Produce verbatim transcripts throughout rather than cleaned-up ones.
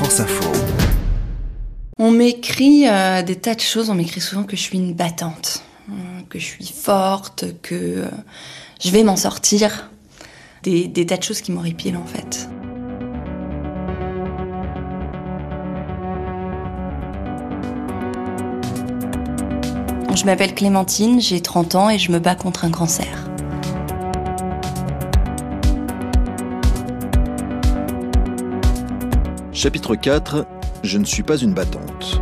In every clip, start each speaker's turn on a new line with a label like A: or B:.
A: Corse Info.
B: On m'écrit euh, des tas de choses, on m'écrit souvent que je suis une battante, euh, que je suis forte, que euh, je vais m'en sortir. Des, des tas de choses qui m'horripilent en fait. Je m'appelle Clémentine, j'ai trente ans et je me bats contre un cancer.
A: Chapitre quatre. Je ne suis pas une battante.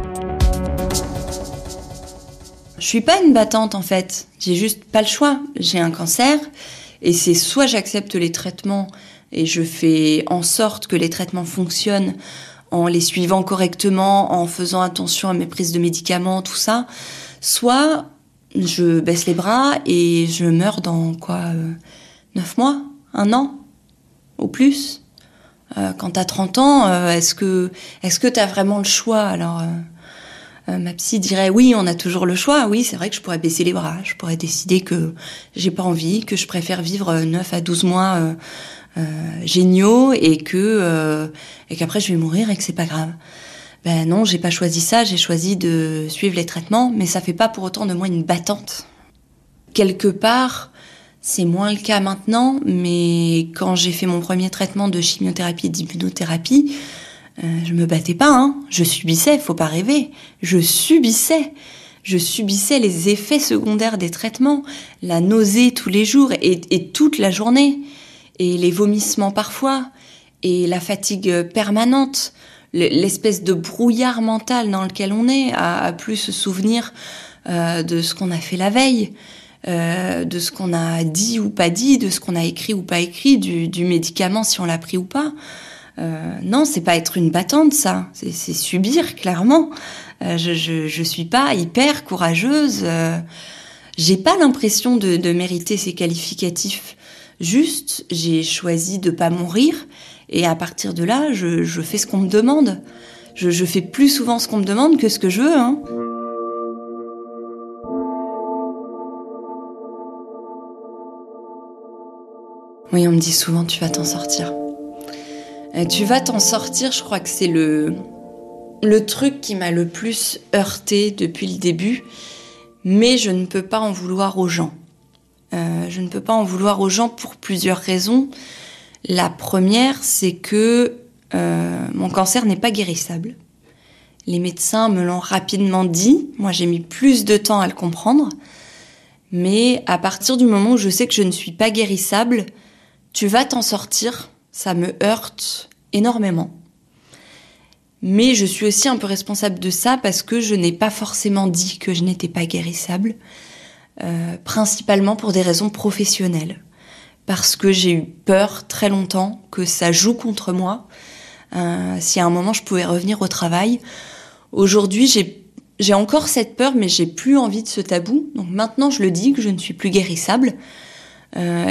B: Je suis pas une battante en fait, j'ai juste pas le choix. J'ai un cancer et c'est soit j'accepte les traitements et je fais en sorte que les traitements fonctionnent en les suivant correctement, en faisant attention à mes prises de médicaments, tout ça, soit je baisse les bras et je meurs dans quoi, euh, neuf mois, un an, au plus. Euh, quand t'as trente ans, euh, est-ce que est-ce que t'as vraiment le choix? Alors, euh, euh, ma psy dirait oui, on a toujours le choix. Oui, c'est vrai que je pourrais baisser les bras, je pourrais décider que j'ai pas envie, que je préfère vivre neuf à douze mois euh, euh, géniaux et que euh, et qu'après je vais mourir et que c'est pas grave. Ben non, j'ai pas choisi ça, j'ai choisi de suivre les traitements, mais ça fait pas pour autant de moi une battante. Quelque part, c'est moins le cas maintenant, mais quand j'ai fait mon premier traitement de chimiothérapie et d'immunothérapie, euh, je me battais pas, hein. Je subissais, faut pas rêver. Je subissais. Je subissais les effets secondaires des traitements, la nausée tous les jours et, et toute la journée, et les vomissements parfois, et la fatigue permanente, l'espèce de brouillard mental dans lequel on est, à, à plus se souvenir euh, de ce qu'on a fait la veille. Euh, de ce qu'on a dit ou pas dit, de ce qu'on a écrit ou pas écrit, du, du médicament si on l'a pris ou pas. Euh, non, c'est pas être une battante, ça. C'est, c'est subir, clairement. Euh, je, je, je suis pas hyper courageuse. Euh, j'ai pas l'impression de, de mériter ces qualificatifs. Juste, j'ai choisi de pas mourir. Et à partir de là, je, je fais ce qu'on me demande. Je, je fais plus souvent ce qu'on me demande que ce que je veux, hein. Oui, on me dit souvent, tu vas t'en sortir. Euh, tu vas t'en sortir, je crois que c'est le, le truc qui m'a le plus heurtée depuis le début, mais je ne peux pas en vouloir aux gens. Euh, je ne peux pas en vouloir aux gens pour plusieurs raisons. La première, c'est que euh, mon cancer n'est pas guérissable. Les médecins me l'ont rapidement dit, moi j'ai mis plus de temps à le comprendre, mais à partir du moment où je sais que je ne suis pas guérissable, tu vas t'en sortir, ça me heurte énormément. Mais je suis aussi un peu responsable de ça parce que je n'ai pas forcément dit que je n'étais pas guérissable, euh, principalement pour des raisons professionnelles. Parce que j'ai eu peur très longtemps que ça joue contre moi. Euh, si à un moment je pouvais revenir au travail. Aujourd'hui, j'ai, j'ai encore cette peur, mais j'ai plus envie de ce tabou. Donc maintenant, je le dis que je ne suis plus guérissable. Euh,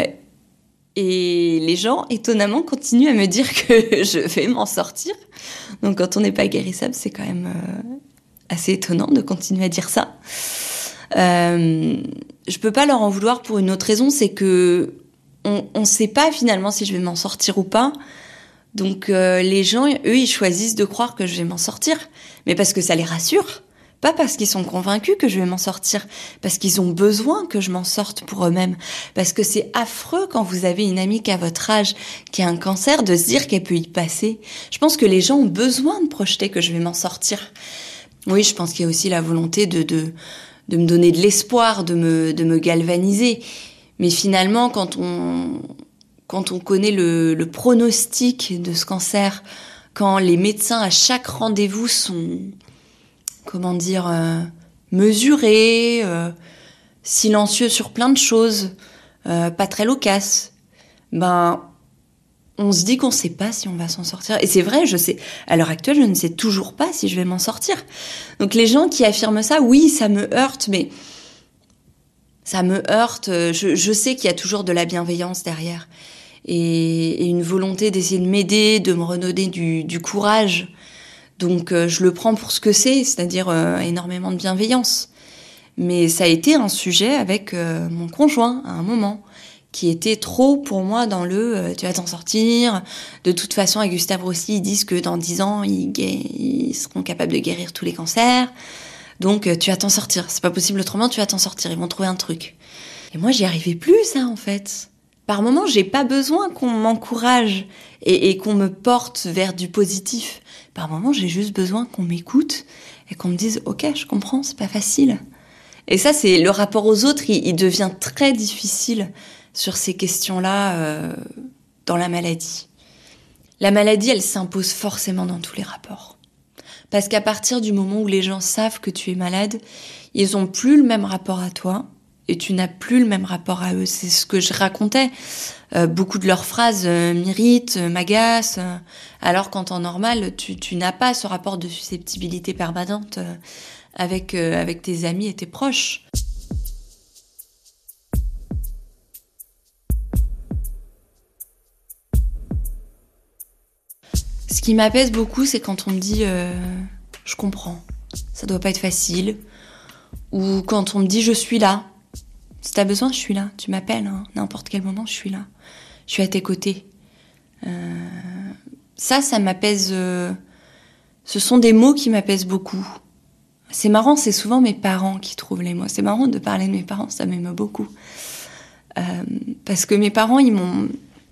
B: Et les gens, étonnamment, continuent à me dire que je vais m'en sortir. Donc quand on n'est pas guérissable, c'est quand même euh, assez étonnant de continuer à dire ça. Euh, je peux pas leur en vouloir pour une autre raison, c'est que on, on sait pas finalement si je vais m'en sortir ou pas. Donc euh, les gens, eux, ils choisissent de croire que je vais m'en sortir. Mais parce que ça les rassure. Pas parce qu'ils sont convaincus que je vais m'en sortir, parce qu'ils ont besoin que je m'en sorte pour eux-mêmes. Parce que c'est affreux quand vous avez une amie qui a votre âge, qui a un cancer, de se dire qu'elle peut y passer. Je pense que les gens ont besoin de projeter que je vais m'en sortir. Oui, je pense qu'il y a aussi la volonté de, de, de me donner de l'espoir, de me, de me galvaniser. Mais finalement, quand on, quand on connaît le, le pronostic de ce cancer, quand les médecins à chaque rendez-vous sont... comment dire, euh, mesuré, euh, silencieux sur plein de choses, euh, pas très loquace, ben, on se dit qu'on sait pas si on va s'en sortir. Et c'est vrai, je sais, à l'heure actuelle, je ne sais toujours pas si je vais m'en sortir. Donc les gens qui affirment ça, oui, ça me heurte, mais ça me heurte. Je, je sais qu'il y a toujours de la bienveillance derrière. Et, et une volonté d'essayer de m'aider, de me redonner du, du courage. Donc euh, je le prends pour ce que c'est, c'est-à-dire euh, énormément de bienveillance. Mais ça a été un sujet avec euh, mon conjoint à un moment, qui était trop pour moi dans le euh, tu vas t'en sortir. De toute façon, à Gustave Roussy, ils disent que dans dix ans, ils, gué- ils seront capables de guérir tous les cancers. Donc, euh, tu vas t'en sortir. C'est pas possible autrement, tu vas t'en sortir. Ils vont trouver un truc. Et moi, j'y arrivais plus, ça, en fait. Par moments, j'ai pas besoin qu'on m'encourage et, et qu'on me porte vers du positif. Par moments, j'ai juste besoin qu'on m'écoute et qu'on me dise « Ok, je comprends, c'est pas facile ». Et ça, c'est le rapport aux autres, il, il devient très difficile sur ces questions-là euh, dans la maladie. La maladie, elle s'impose forcément dans tous les rapports. Parce qu'à partir du moment où les gens savent que tu es malade, ils ont plus le même rapport à toi et tu n'as plus le même rapport à eux. C'est ce que je racontais. Euh, beaucoup de leurs phrases euh, m'irritent, euh, m'agacent, euh, alors qu'en temps normal, tu, tu n'as pas ce rapport de susceptibilité permanente euh, avec, euh, avec tes amis et tes proches. Ce qui m'apaise beaucoup, c'est quand on me dit euh, « je comprends, ça doit pas être facile », ou quand on me dit « je suis là ». Si t'as besoin, je suis là. Tu m'appelles, hein, n'importe quel moment, je suis là. Je suis à tes côtés. Euh, ça, ça m'apaise. Euh, ce sont des mots qui m'apaisent beaucoup. C'est marrant, c'est souvent mes parents qui trouvent les mots. C'est marrant de parler de mes parents, ça m'émeut beaucoup. Euh, parce que mes parents, ils m'ont...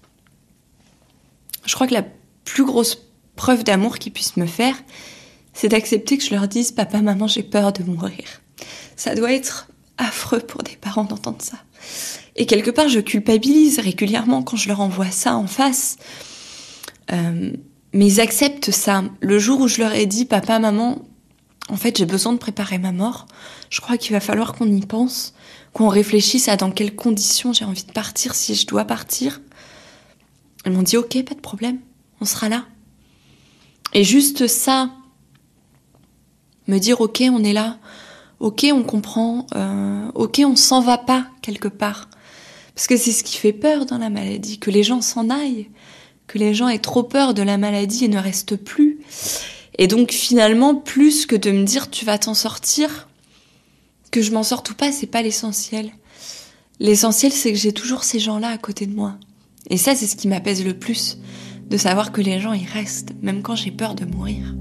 B: Je crois que la plus grosse preuve d'amour qu'ils puissent me faire, c'est d'accepter que je leur dise « Papa, maman, j'ai peur de mourir ». Ça doit être affreux pour des parents d'entendre ça. Et quelque part, je culpabilise régulièrement quand je leur envoie ça en face. Euh, mais ils acceptent ça. Le jour où je leur ai dit « Papa, maman, en fait, j'ai besoin de préparer ma mort. Je crois qu'il va falloir qu'on y pense, qu'on réfléchisse à dans quelles conditions j'ai envie de partir, si je dois partir. » Ils m'ont dit « Ok, pas de problème, on sera là. » Et juste ça, me dire « Ok, on est là. Ok, on comprend. Euh, ok, on s'en va pas quelque part. » Parce que c'est ce qui fait peur dans la maladie, que les gens s'en aillent, que les gens aient trop peur de la maladie et ne restent plus. Et donc finalement, plus que de me dire « Tu vas t'en sortir », que je m'en sorte ou pas, c'est pas l'essentiel. L'essentiel, c'est que j'ai toujours ces gens-là à côté de moi. Et ça, c'est ce qui m'apaise le plus, de savoir que les gens, ils restent, même quand j'ai peur de mourir.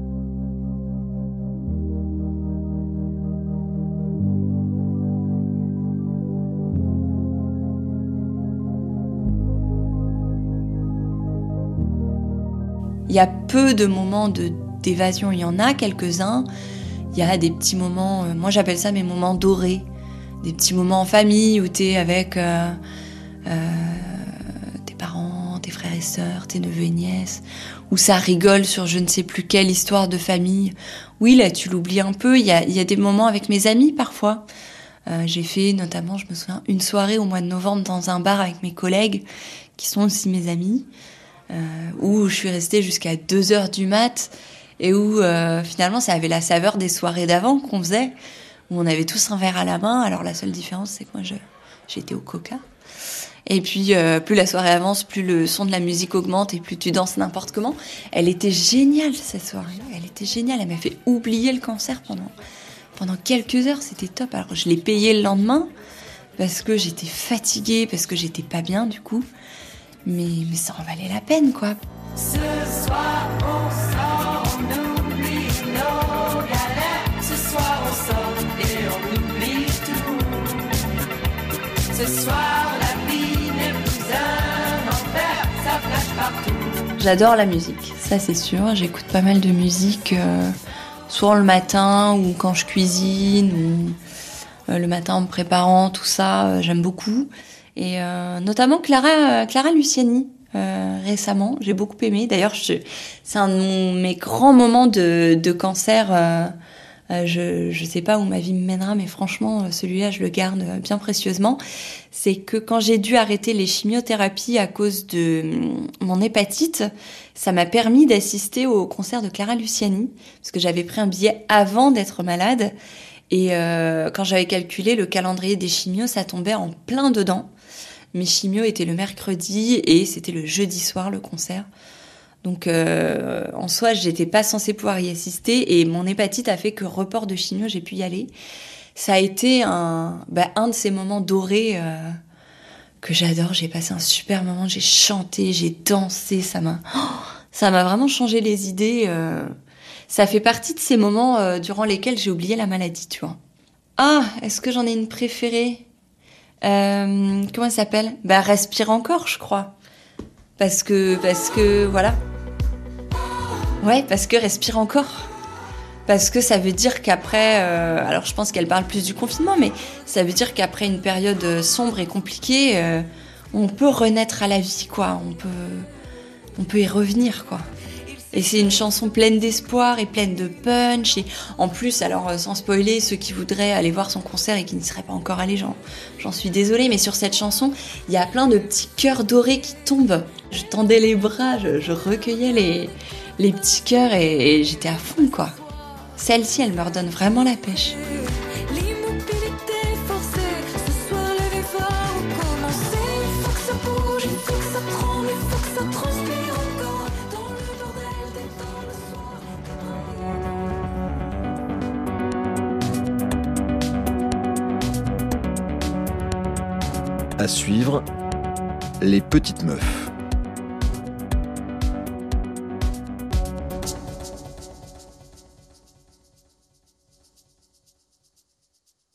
B: Il y a peu de moments de, d'évasion, il y en a quelques-uns. Il y a des petits moments, euh, moi j'appelle ça mes moments dorés, des petits moments en famille où t'es avec... Euh, euh, parents, tes frères et sœurs, tes neveux et nièces, où ça rigole sur je ne sais plus quelle histoire de famille. Oui, là, tu l'oublies un peu. Il y a, il y a des moments avec mes amis, parfois. Euh, j'ai fait, notamment, je me souviens, une soirée au mois de novembre dans un bar avec mes collègues, qui sont aussi mes amis, euh, où je suis restée jusqu'à deux heures du mat, et où, euh, finalement, ça avait la saveur des soirées d'avant qu'on faisait, où on avait tous un verre à la main. Alors, la seule différence, c'est que moi, je, j'étais au coca. Et puis, euh, plus la soirée avance, plus le son de la musique augmente et plus tu danses n'importe comment. Elle était géniale, cette soirée. Elle était géniale. Elle m'a fait oublier le cancer pendant, pendant quelques heures. C'était top. Alors, je l'ai payé le lendemain parce que j'étais fatiguée, parce que j'étais pas bien, du coup. Mais, mais ça en valait la peine, quoi. Ce soir, on sort, on oublie nos galères. Ce soir, on sort et on oublie tout. Ce soir, la vie... J'adore la musique, ça c'est sûr. J'écoute pas mal de musique, euh, soit le matin ou quand je cuisine, ou euh, le matin en me préparant, tout ça, euh, j'aime beaucoup. Et euh, notamment Clara, Clara Luciani, euh, récemment, j'ai beaucoup aimé. D'ailleurs, je, c'est un de mes grands moments de, de cancer. Euh, Euh, je je sais pas où ma vie me mènera, mais franchement, celui-là, je le garde bien précieusement. C'est que quand j'ai dû arrêter les chimiothérapies à cause de mon hépatite, ça m'a permis d'assister au concert de Clara Luciani, parce que j'avais pris un billet avant d'être malade. Et euh, quand j'avais calculé le calendrier des chimios, ça tombait en plein dedans. Mes chimios étaient le mercredi et c'était le jeudi soir, le concert. Donc, euh, en soi, j'étais pas censée pouvoir y assister et mon hépatite a fait que report de chimio, j'ai pu y aller. Ça a été un, bah, un de ces moments dorés euh, que j'adore. J'ai passé un super moment, j'ai chanté, j'ai dansé, ça m'a, oh, ça m'a vraiment changé les idées. Euh... Ça fait partie de ces moments euh, durant lesquels j'ai oublié la maladie, tu vois. Ah, est-ce que j'en ai une préférée? euh, Comment elle s'appelle? Bah, Respire encore, je crois. Parce que, parce que, voilà. Ouais, parce que Respire encore. Parce que ça veut dire qu'après, euh, alors je pense qu'elle parle plus du confinement, mais ça veut dire qu'après une période sombre et compliquée, euh, on peut renaître à la vie, quoi. On peut, on peut y revenir, quoi. Et c'est une chanson pleine d'espoir et pleine de punch. Et en plus, alors sans spoiler, ceux qui voudraient aller voir son concert et qui n'y seraient pas encore allés, j'en, j'en suis désolée, mais sur cette chanson, il y a plein de petits cœurs dorés qui tombent. Je tendais les bras, je, je recueillais les, les petits cœurs et, et j'étais à fond, quoi. Celle-ci, elle me redonne vraiment la pêche.
A: À suivre, Les Petites Meufs.